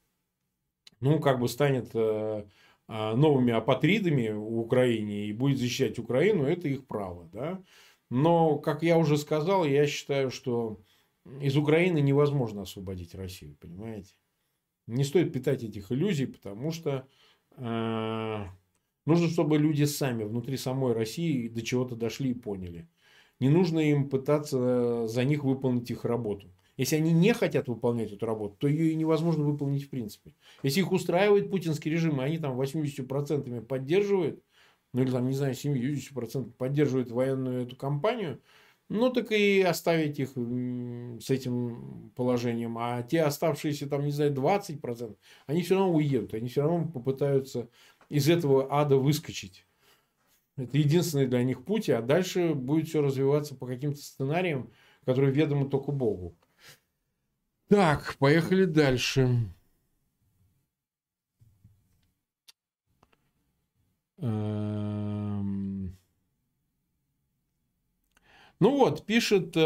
станет новыми апатридами в Украине и будет защищать Украину, это их право. Да? Но, как я уже сказал, я считаю, что из Украины невозможно освободить Россию, понимаете? Не стоит питать этих иллюзий, потому что нужно, чтобы люди сами внутри самой России до чего-то дошли и поняли. Не нужно им пытаться за них выполнить их работу. Если они не хотят выполнять эту работу, то ее и невозможно выполнить в принципе. Если их устраивает путинский режим, и они там 80% поддерживают, или там, не знаю, 70% поддерживают военную эту кампанию, так и оставить их с этим положением. А те оставшиеся, там, не знаю, 20%, они все равно уедут. Они все равно попытаются из этого ада выскочить. Это единственный для них путь. А дальше будет все развиваться по каким-то сценариям, которые ведомы только Богу. Так, поехали дальше. Пишет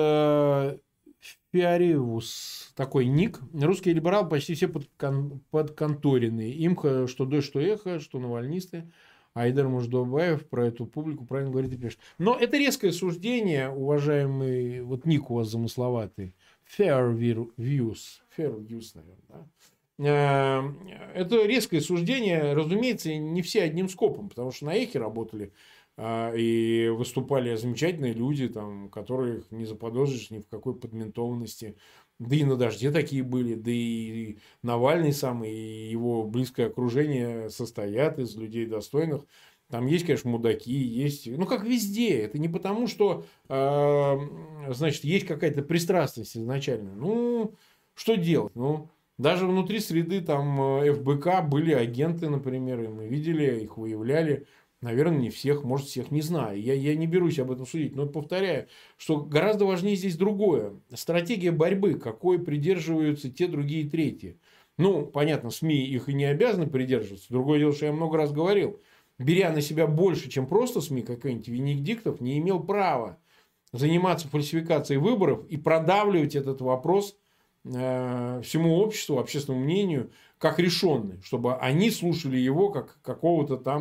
Фиариус, такой ник. Русские либералы почти все подконторенные. Им что дождь, что эхо, что навальнисты. Айдар Муждобаев про эту публику правильно говорит и пишет. Но это резкое суждение, уважаемый, ник у вас замысловатый. Fair views, наверное, да? Это резкое суждение, разумеется, не все одним скопом, потому что на эхе работали и выступали замечательные люди, там, которых не заподозришь ни в какой подментованности. Да и на «Дожде» такие были, да и Навальный сам, и его близкое окружение состоят из людей достойных. Там есть, конечно, мудаки, есть... как везде. Это не потому, что, есть какая-то пристрастность изначально. Что делать? Даже внутри среды там ФБК были агенты, например, и мы видели, их выявляли. Наверное, не всех, может, всех, не знаю. Я не берусь об этом судить. Но повторяю, что гораздо важнее здесь другое. Стратегия борьбы, какой придерживаются те, другие, третьи. Понятно, СМИ их и не обязаны придерживаться. Другое дело, что я много раз говорил. Беря на себя больше, чем просто СМИ, какой-нибудь Венедиктов не имел права заниматься фальсификацией выборов и продавливать этот вопрос всему обществу, общественному мнению, как решенный. Чтобы они слушали его как какого-то там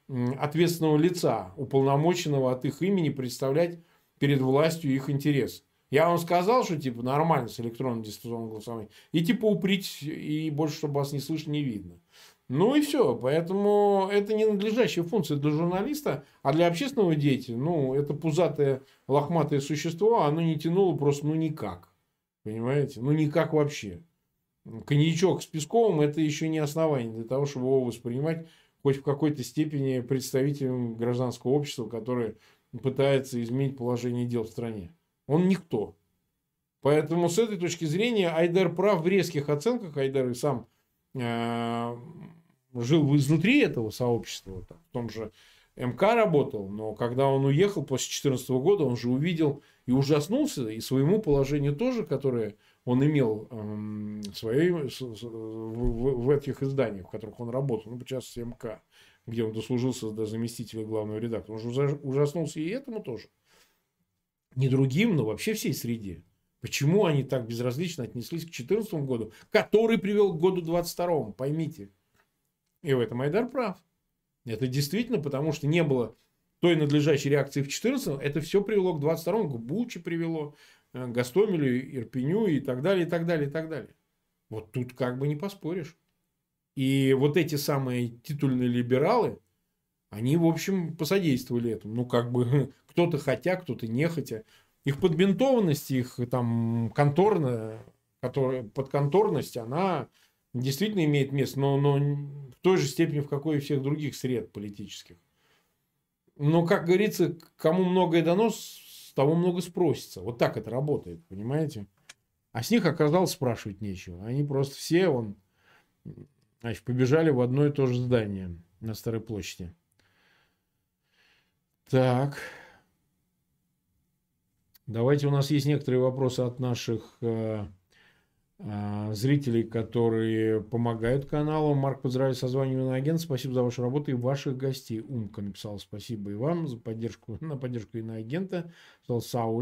ответственного лица, уполномоченного от их имени представлять перед властью их интерес. Я вам сказал, что типа нормально с электронным дистанционным голосованием. И типа уприть, и больше, чтобы вас не слышно, не видно. Ну и все. Поэтому это не надлежащая функция для журналиста, а для общественного деятеля, ну, это пузатое, лохматое существо, оно не тянуло просто, ну, никак. Понимаете? Ну, никак вообще. Коньячок с Песковым – это еще не основание для того, чтобы его воспринимать хоть в какой-то степени представителем гражданского общества, которое пытается изменить положение дел в стране. Он никто. Поэтому с этой точки зрения Айдар прав в резких оценках. Айдар и сам жил изнутри этого сообщества. В том же МК работал. Но когда он уехал после 2014 года, он же увидел и ужаснулся. И своему положению тоже, которое он имел в этих изданиях, в которых он работал. Ну, в частности, МК, где он дослужился до заместителя главного редактора. Он же ужаснулся и этому тоже. Не другим, но вообще всей среде. Почему они так безразлично отнеслись к 2014 году, который привел к году 2022, поймите. И в этом Айдар прав. Это действительно, потому что не было той надлежащей реакции в 2014, это все привело к 2022, к Буче привело, к Гостомелю, Ирпеню и так далее, и так далее, и так далее. Вот тут как бы не поспоришь. И вот эти самые титульные либералы, они, в общем, посодействовали этому. Ну, как бы кто-то хотя, кто-то нехотя. Их подбинтованность, их там конторная, подконторность, она действительно имеет место, но в той же степени, в какой и всех других сред политических. Но, как говорится, кому многое дано, с того много спросится. Вот так это работает, понимаете? А с них оказалось спрашивать нечего. Они просто все, значит, побежали в одно и то же здание на Старой площади. Так. Давайте, у нас есть некоторые вопросы от наших зрителей, которые помогают каналу. Марк, поздравляю с созванием иноагента. Спасибо за вашу работу и ваших гостей. Умка написал спасибо и вам за поддержку, на поддержку иноагента. Сказал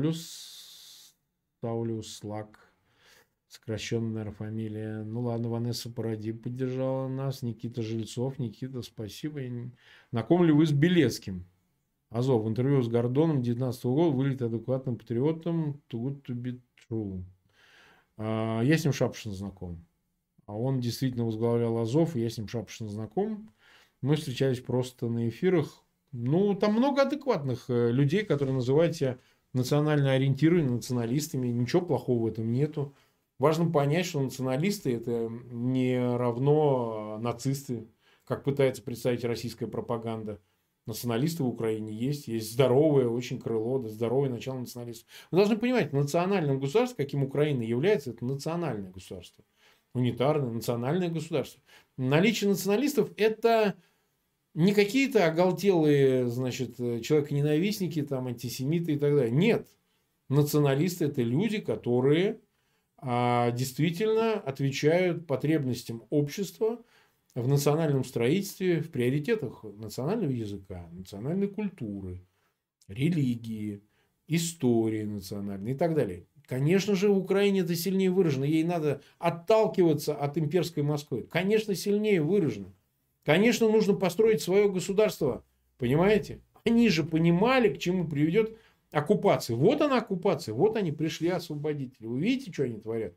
Саулюс Лак. Сокращенная, наверное, фамилия. Ну ладно, Ванесса Паради поддержала нас. Никита Жильцов. Никита, спасибо. Знакомы ли вы с Белецким? Азов в интервью с Гордоном 2019 года выглядит адекватным патриотом. Too good to be true. Я с ним шапошно знаком. А он действительно возглавлял Азов, и я с ним шапошно знаком. Мы встречались просто на эфирах. Ну, там много адекватных людей, которые называют себя национально ориентированными, националистами. Ничего плохого в этом нету. Важно понять, что националисты – это не равно нацисты, как пытается представить российская пропаганда. Националисты в Украине есть здоровое очень крыло, здоровое начало националистов. Вы должны понимать, национальным государством, каким Украина является, это национальное государство. Унитарное, национальное государство. Наличие националистов – это не какие-то оголтелые, значит, человеконенавистники, там, антисемиты и так далее. Нет. Националисты – это люди, которые действительно отвечают потребностям общества в национальном строительстве, в приоритетах национального языка, национальной культуры, религии, истории национальной и так далее. Конечно же, в Украине это сильнее выражено. Ей надо отталкиваться от имперской Москвы. Конечно, сильнее выражено. Конечно, нужно построить свое государство. Понимаете? Они же понимали, к чему приведет оккупация. Вот она оккупация. Вот они пришли освободители. Вы видите, что они творят?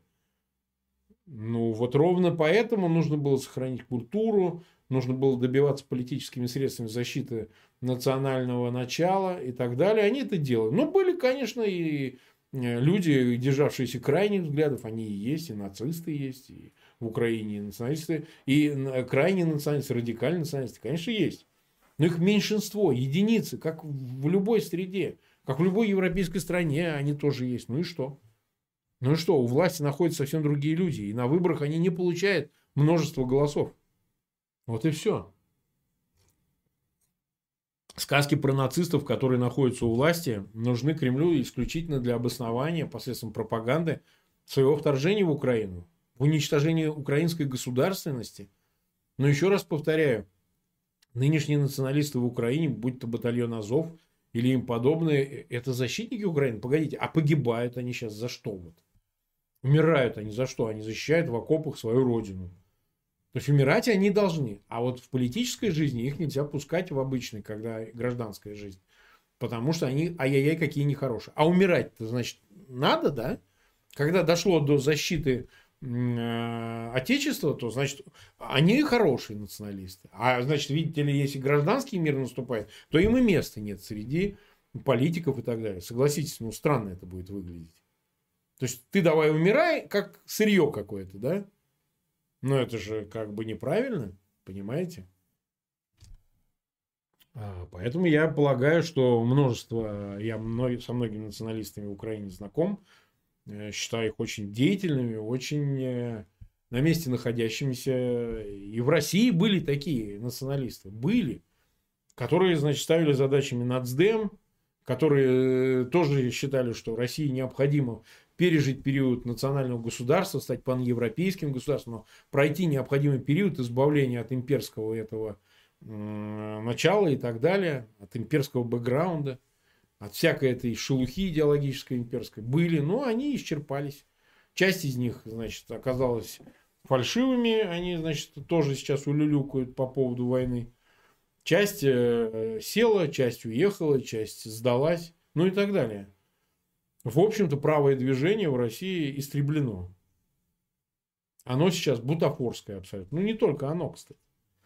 Ну, вот ровно поэтому нужно было сохранить культуру, нужно было добиваться политическими средствами защиты национального начала и так далее. Они это делали. Но были, конечно, и люди, державшиеся крайних взглядов, они и есть, и нацисты есть, и в Украине и националисты, и крайние националисты, радикальные националисты, конечно, есть. Но их меньшинство, единицы, как в любой среде, как в любой европейской стране, они тоже есть. Ну и что? Ну и что, у власти находятся совсем другие люди, и на выборах они не получают множество голосов. Вот и все. Сказки про нацистов, которые находятся у власти, нужны Кремлю исключительно для обоснования посредством пропаганды своего вторжения в Украину, уничтожения украинской государственности. Но еще раз повторяю, нынешние националисты в Украине, будь то батальон Азов или им подобные, это защитники Украины. Погодите, а погибают они сейчас за что? Вот? Умирают они за что? Они защищают в окопах свою родину. То есть умирать они должны. А вот в политической жизни их нельзя пускать в обычной, когда гражданская жизнь. Потому что они, ай-яй-яй, какие нехорошие. А умирать-то, значит, надо, да? Когда дошло до защиты Отечества, то, значит, они хорошие националисты. А, значит, видите ли, если гражданский мир наступает, то им и места нет среди политиков и так далее. Согласитесь, ну, странно это будет выглядеть. То есть, ты давай умирай, как сырье какое-то, да? Но это же как бы неправильно, понимаете? Поэтому я полагаю, что множество, со многими националистами в Украине знаком, считаю их очень деятельными, очень на месте находящимися. И в России были такие националисты. Были. Которые, значит, ставили задачами нацдем, которые тоже считали, что России необходимо пережить период национального государства, стать паневропейским государством, но пройти необходимый период избавления от имперского этого начала и так далее, от имперского бэкграунда, от всякой этой шелухи идеологической имперской. Были, но они исчерпались. Часть из них, значит, оказалась фальшивыми, они, значит, тоже сейчас улюлюкают по поводу войны. Часть села, часть уехала, часть сдалась, ну и так далее. В общем-то, правое движение в России истреблено. Оно сейчас бутафорское абсолютно. Ну, не только оно, кстати.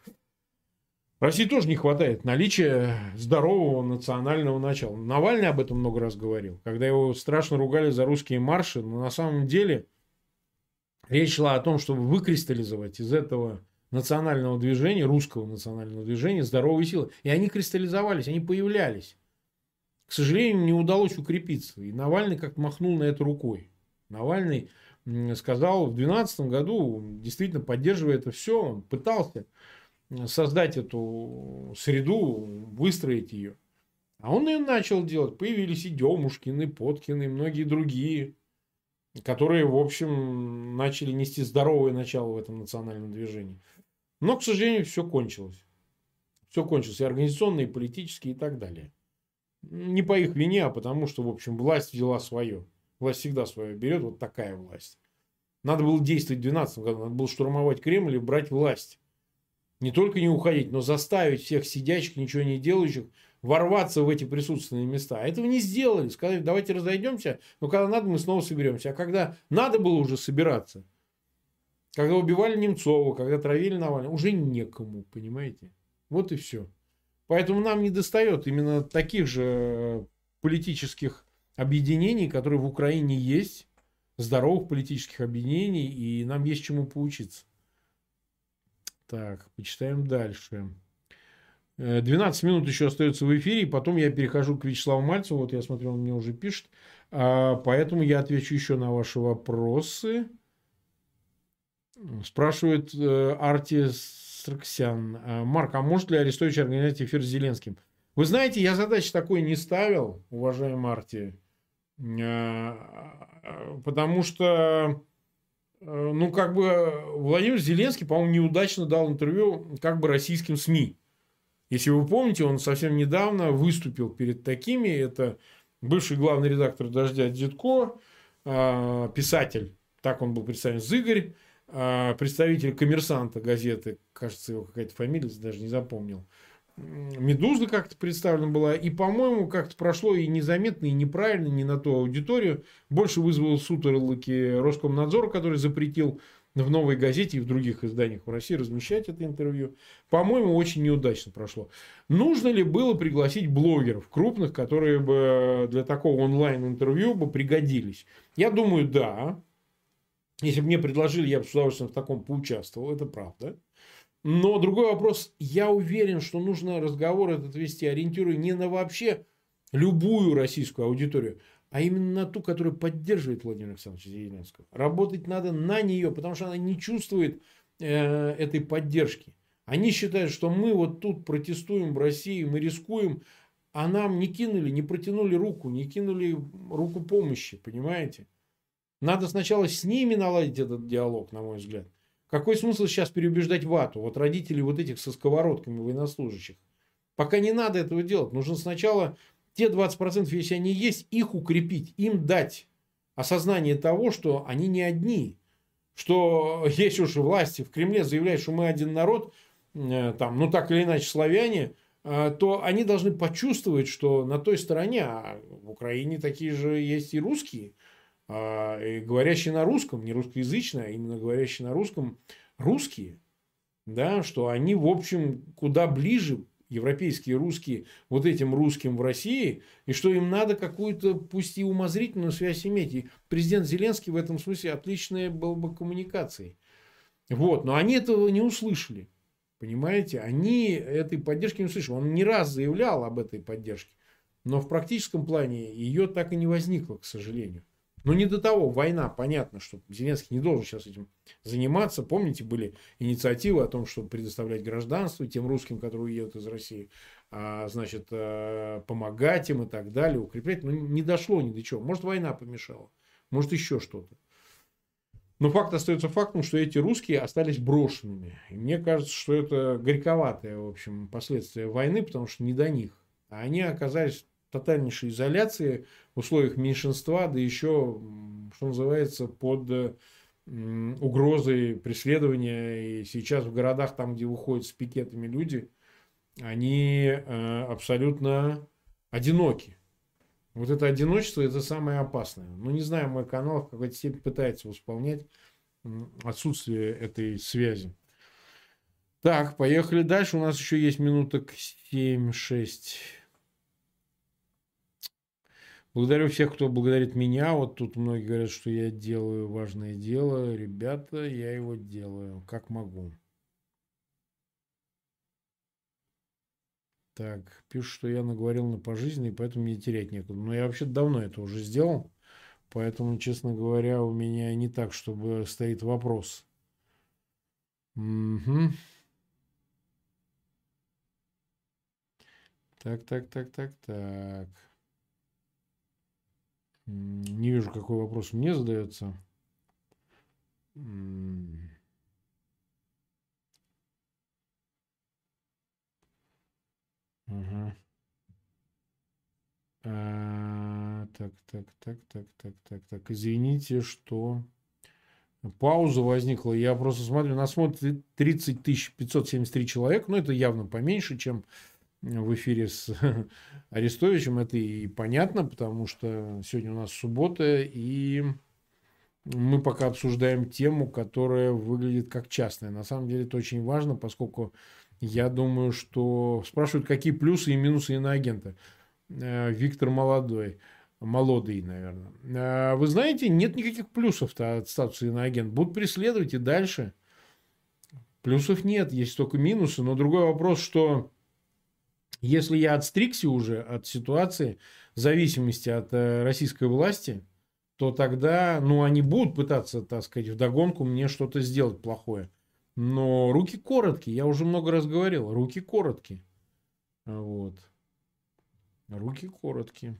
России тоже не хватает наличия здорового национального начала. Навальный об этом много раз говорил. Когда его страшно ругали за русские марши, но на самом деле речь шла о том, чтобы выкристаллизовать из этого национального движения, русского национального движения, здоровые силы. И они кристаллизовались, они появлялись. К сожалению, не удалось укрепиться. И Навальный как-то махнул на это рукой. Навальный сказал в 2012 году, действительно поддерживая это все, он пытался создать эту среду, выстроить ее. А он ее начал делать. Появились и Демушкин, и Поткин, и многие другие, которые, в общем, начали нести здоровое начало в этом национальном движении. Но, к сожалению, все кончилось. Все кончилось. И организационно, и политически, и так далее. Не по их вине, а потому что, в общем, власть взяла свое. Власть всегда свое берет. Вот такая власть. Надо было действовать в 2012 году. Надо было штурмовать Кремль и брать власть. Не только не уходить, но заставить всех сидящих, ничего не делающих, ворваться в эти присутственные места. А этого не сделали. Сказали, давайте разойдемся, но когда надо, мы снова соберемся. А когда надо было уже собираться, когда убивали Немцова, когда травили Навального, уже некому, понимаете? Вот и все. Поэтому нам не достает именно таких же политических объединений, которые в Украине есть, здоровых политических объединений, и нам есть чему поучиться. Так, почитаем дальше. 12 минут еще остается в эфире, и потом я перехожу к Вячеславу Мальцеву. Вот я смотрю, он мне уже пишет. Поэтому я отвечу еще на ваши вопросы. Спрашивает Арти Сарксян. Марк, а может ли Арестович организовать эфир с Зеленским? Вы знаете, я задачи такой не ставил, уважаемый Арти. Потому что, ну, как бы Владимир Зеленский, по-моему, неудачно дал интервью как бы российским СМИ. Если вы помните, он совсем недавно выступил перед такими. Это бывший главный редактор «Дождя» Дзитко, писатель, так он был представлен, Зыгорь, представитель «Коммерсанта» газеты, кажется, его какая-то фамилия, даже не запомнил. «Медуза» как-то представлена была. И, по-моему, как-то прошло и незаметно, и неправильно, не на ту аудиторию. Больше вызвал сутолоки Роскомнадзора, который запретил в «Новой газете» и в других изданиях в России размещать это интервью. По-моему, очень неудачно прошло. Нужно ли было пригласить блогеров крупных, которые бы для такого онлайн-интервью бы пригодились? Я думаю, да. Если бы мне предложили, я бы с удовольствием в таком поучаствовал. Это правда. Но другой вопрос. Я уверен, что нужно разговор этот вести, ориентируя не на вообще любую российскую аудиторию, а именно на ту, которая поддерживает Владимира Александровича Зеленского. Работать надо на нее, потому что она не чувствует этой поддержки. Они считают, что мы вот тут протестуем в России, мы рискуем, а нам не кинули, не протянули руку, не кинули руку помощи, понимаете? Надо сначала с ними наладить этот диалог, на мой взгляд. Какой смысл сейчас переубеждать вату? Вот родителей вот этих со сковородками военнослужащих. Пока не надо этого делать. Нужно сначала те 20%, если они есть, их укрепить, им дать осознание того, что они не одни. что если уж власти в Кремле заявляют, что мы один народ, там, ну так или иначе славяне, то они должны почувствовать, что на той стороне, а в Украине такие же есть и русские, и говорящие на русском, не русскоязычные, а именно говорящие на русском, русские, да, что они, в общем, куда ближе, европейские русские, вот этим русским в России, и что им надо какую-то, пусть и умозрительную связь иметь. И президент Зеленский в этом смысле отличная был бы коммуникацией. Вот, но они этого не услышали. Понимаете, они этой поддержки не услышали. Он не раз заявлял об этой поддержке, но в практическом плане ее так и не возникло, к сожалению. Но не до того. Война, понятно, что Зеленский не должен сейчас этим заниматься. Помните, были инициативы о том, чтобы предоставлять гражданство тем русским, которые уедут из России, значит, помогать им и так далее, укреплять. Но не дошло ни до чего. Может, война помешала, может, еще что-то. Но факт остается фактом, что эти русские остались брошенными. И мне кажется, что это горьковатое, в общем, последствие войны, потому что не до них. А они оказались в тотальнейшей изоляции в условиях меньшинства, да еще, что называется, под угрозой преследования. И сейчас в городах, там, где выходят с пикетами люди, они абсолютно одиноки. Вот это одиночество – это самое опасное. Ну, не знаю, мой канал в какой-то степени пытается восполнять отсутствие этой связи. Так, поехали дальше. У нас еще есть минуток 7-6. Благодарю всех, кто благодарит меня. Вот тут многие говорят, что я делаю важное дело. Ребята, я его делаю, как могу. Так, пишут, что я наговорил на пожизненный, поэтому мне терять некуда. Но я вообще давно это уже сделал. Поэтому, честно говоря, у меня не так, чтобы стоит вопрос. Угу. Так. Не вижу, какой вопрос мне задается. Ага. Так. Извините, что пауза возникла. Я просто смотрю, нас смотрит 30 573 человека. Ну, это явно поменьше, чем в эфире с Арестовичем. Это и понятно, потому что сегодня у нас суббота, и мы пока обсуждаем тему, которая выглядит как частная. На самом деле это очень важно, поскольку я думаю, что спрашивают, какие плюсы и минусы иноагента. Виктор Молодой, наверное. Вы знаете, нет никаких плюсов-то от статуса иноагент. Будут преследовать и дальше. Плюсов нет, есть только минусы. Но другой вопрос, что если я отстригся уже от ситуации зависимости от российской власти, то тогда, ну, они будут пытаться, так сказать, вдогонку мне что-то сделать плохое. Но руки короткие, я уже много раз говорил, руки короткие. Вот. Руки короткие.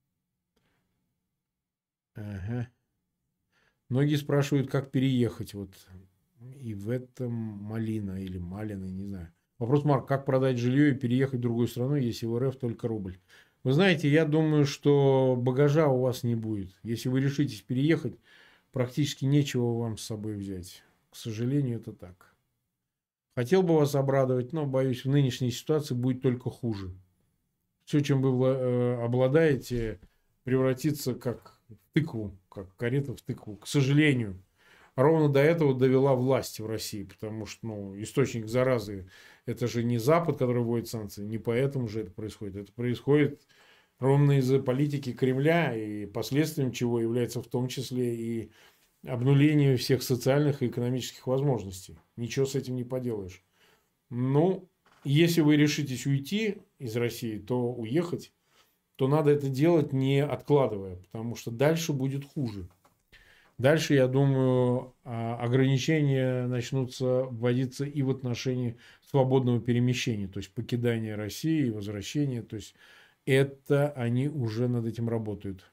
Ага. Многие спрашивают, как переехать. Вот. И в этом Малина или Малина, не знаю. Вопрос, Марк, как продать жилье и переехать в другую страну, если в РФ только рубль? Вы знаете, я думаю, что багажа у вас не будет. Если вы решитесь переехать, практически нечего вам с собой взять. К сожалению, это так. Хотел бы вас обрадовать, но, боюсь, в нынешней ситуации будет только хуже. Все, чем вы обладаете, превратится как в тыкву, как карета в тыкву. К сожалению. Ровно до этого довела власть в России, потому что, ну, источник заразы – это же не Запад, который вводит санкции, не поэтому же это происходит. Это происходит ровно из-за политики Кремля, и последствием чего является в том числе и обнуление всех социальных и экономических возможностей. Ничего с этим не поделаешь. Ну, если вы решитесь уйти из России, то уехать, то надо это делать не откладывая, потому что дальше будет хуже. Дальше, я думаю, ограничения начнутся вводиться и в отношении свободного перемещения, то есть покидания России и возвращения. То есть это они уже над этим работают.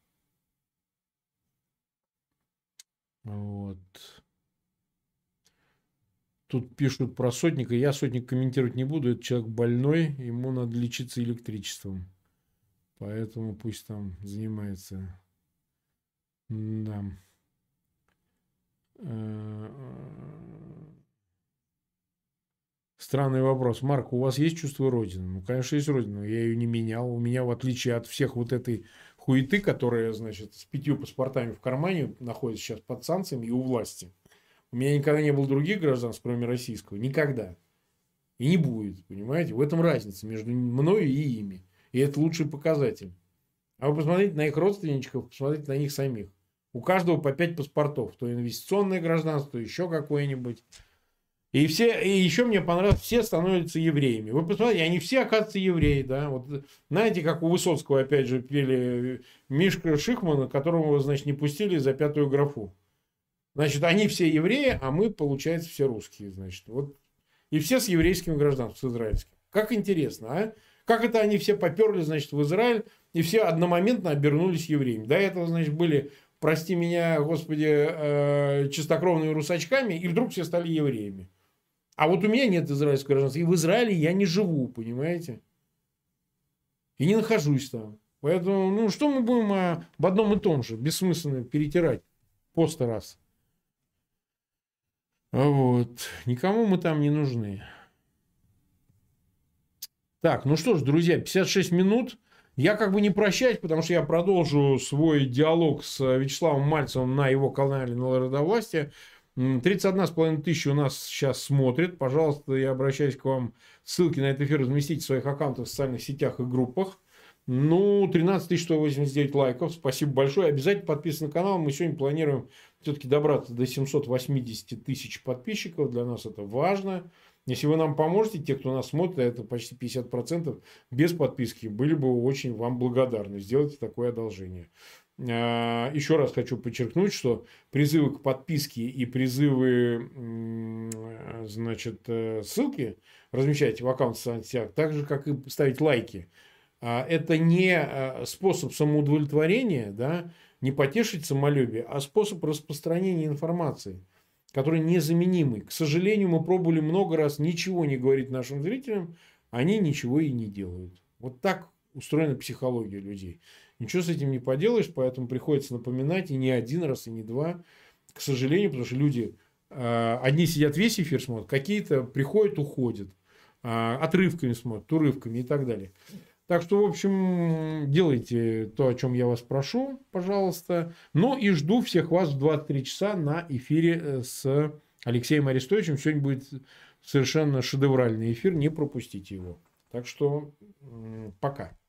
Вот. Тут пишут про Сотника. Я Сотник комментировать не буду. Это человек больной, ему надо лечиться электричеством. Поэтому пусть там занимается. Да. Странный вопрос. Марк, у вас есть чувство Родины? Ну, конечно, есть Родина. Я ее не менял. У меня, в отличие от всех вот этой хуеты, которая, значит, с 5 паспортами в кармане находится сейчас под санкциями и у власти. У меня никогда не было других гражданств, кроме российского. Никогда. И не будет, понимаете? В этом разница между мной и ими. И это лучший показатель. А вы посмотрите на их родственничков, посмотрите на них самих. У каждого по 5 паспортов. То инвестиционное гражданство, то еще какое-нибудь. И еще мне понравилось, все становятся евреями. Вы посмотрите, они все, оказывается, евреи. Да? Вот, знаете, как у Высоцкого, опять же, пели Мишка Шихмана, которого, значит, не пустили за 5-ю графу. Значит, они все евреи, а мы, получается, все русские. Значит, вот. И все с еврейским гражданством, с израильским. Как интересно, а? Как это они все поперли, значит, в Израиль, и все одномоментно обернулись евреями. До этого, значит, были, прости меня, Господи, чистокровными русачками, и вдруг все стали евреями. А вот у меня нет израильского гражданства. И в Израиле я не живу, понимаете? И не нахожусь там. Поэтому, ну, что мы будем об одном и том же бессмысленно перетирать по 100 раз? Вот. Никому мы там не нужны. Так, ну что ж, друзья, 56 минут. Я как бы не прощаюсь, потому что я продолжу свой диалог с Вячеславом Мальцевым на его канале на Народовластия. 31,5 тысячи у нас сейчас смотрит. Пожалуйста, я обращаюсь к вам. Ссылки на этот эфир разместите в своих аккаунтах в социальных сетях и группах. Ну, 13 189 лайков. Спасибо большое. Обязательно подписывайтесь на канал. Мы сегодня планируем все-таки добраться до 780 тысяч подписчиков. Для нас это важно. Если вы нам поможете, те, кто нас смотрит, это почти 50% без подписки, были бы очень вам благодарны. Сделайте такое одолжение. Еще раз хочу подчеркнуть, что призывы к подписке и призывы, значит, ссылки размещайте в аккаунт в социальных сетях, так же, как и ставить лайки. Это не способ самоудовлетворения, да, не потешить самолюбие, а способ распространения информации, который незаменимый. К сожалению, мы пробовали много раз ничего не говорить нашим зрителям, они ничего и не делают. Вот так устроена психология людей. Ничего с этим не поделаешь, поэтому приходится напоминать и не один раз, и не два. К сожалению, потому что люди, одни сидят весь эфир смотрят, какие-то приходят, уходят, отрывками смотрят, урывками и так далее. Так что, в общем, делайте то, о чем я вас прошу, пожалуйста. Ну и жду всех вас в 23 часа на эфире с Алексеем Арестовичем. Сегодня будет совершенно шедевральный эфир, не пропустите его. Так что пока.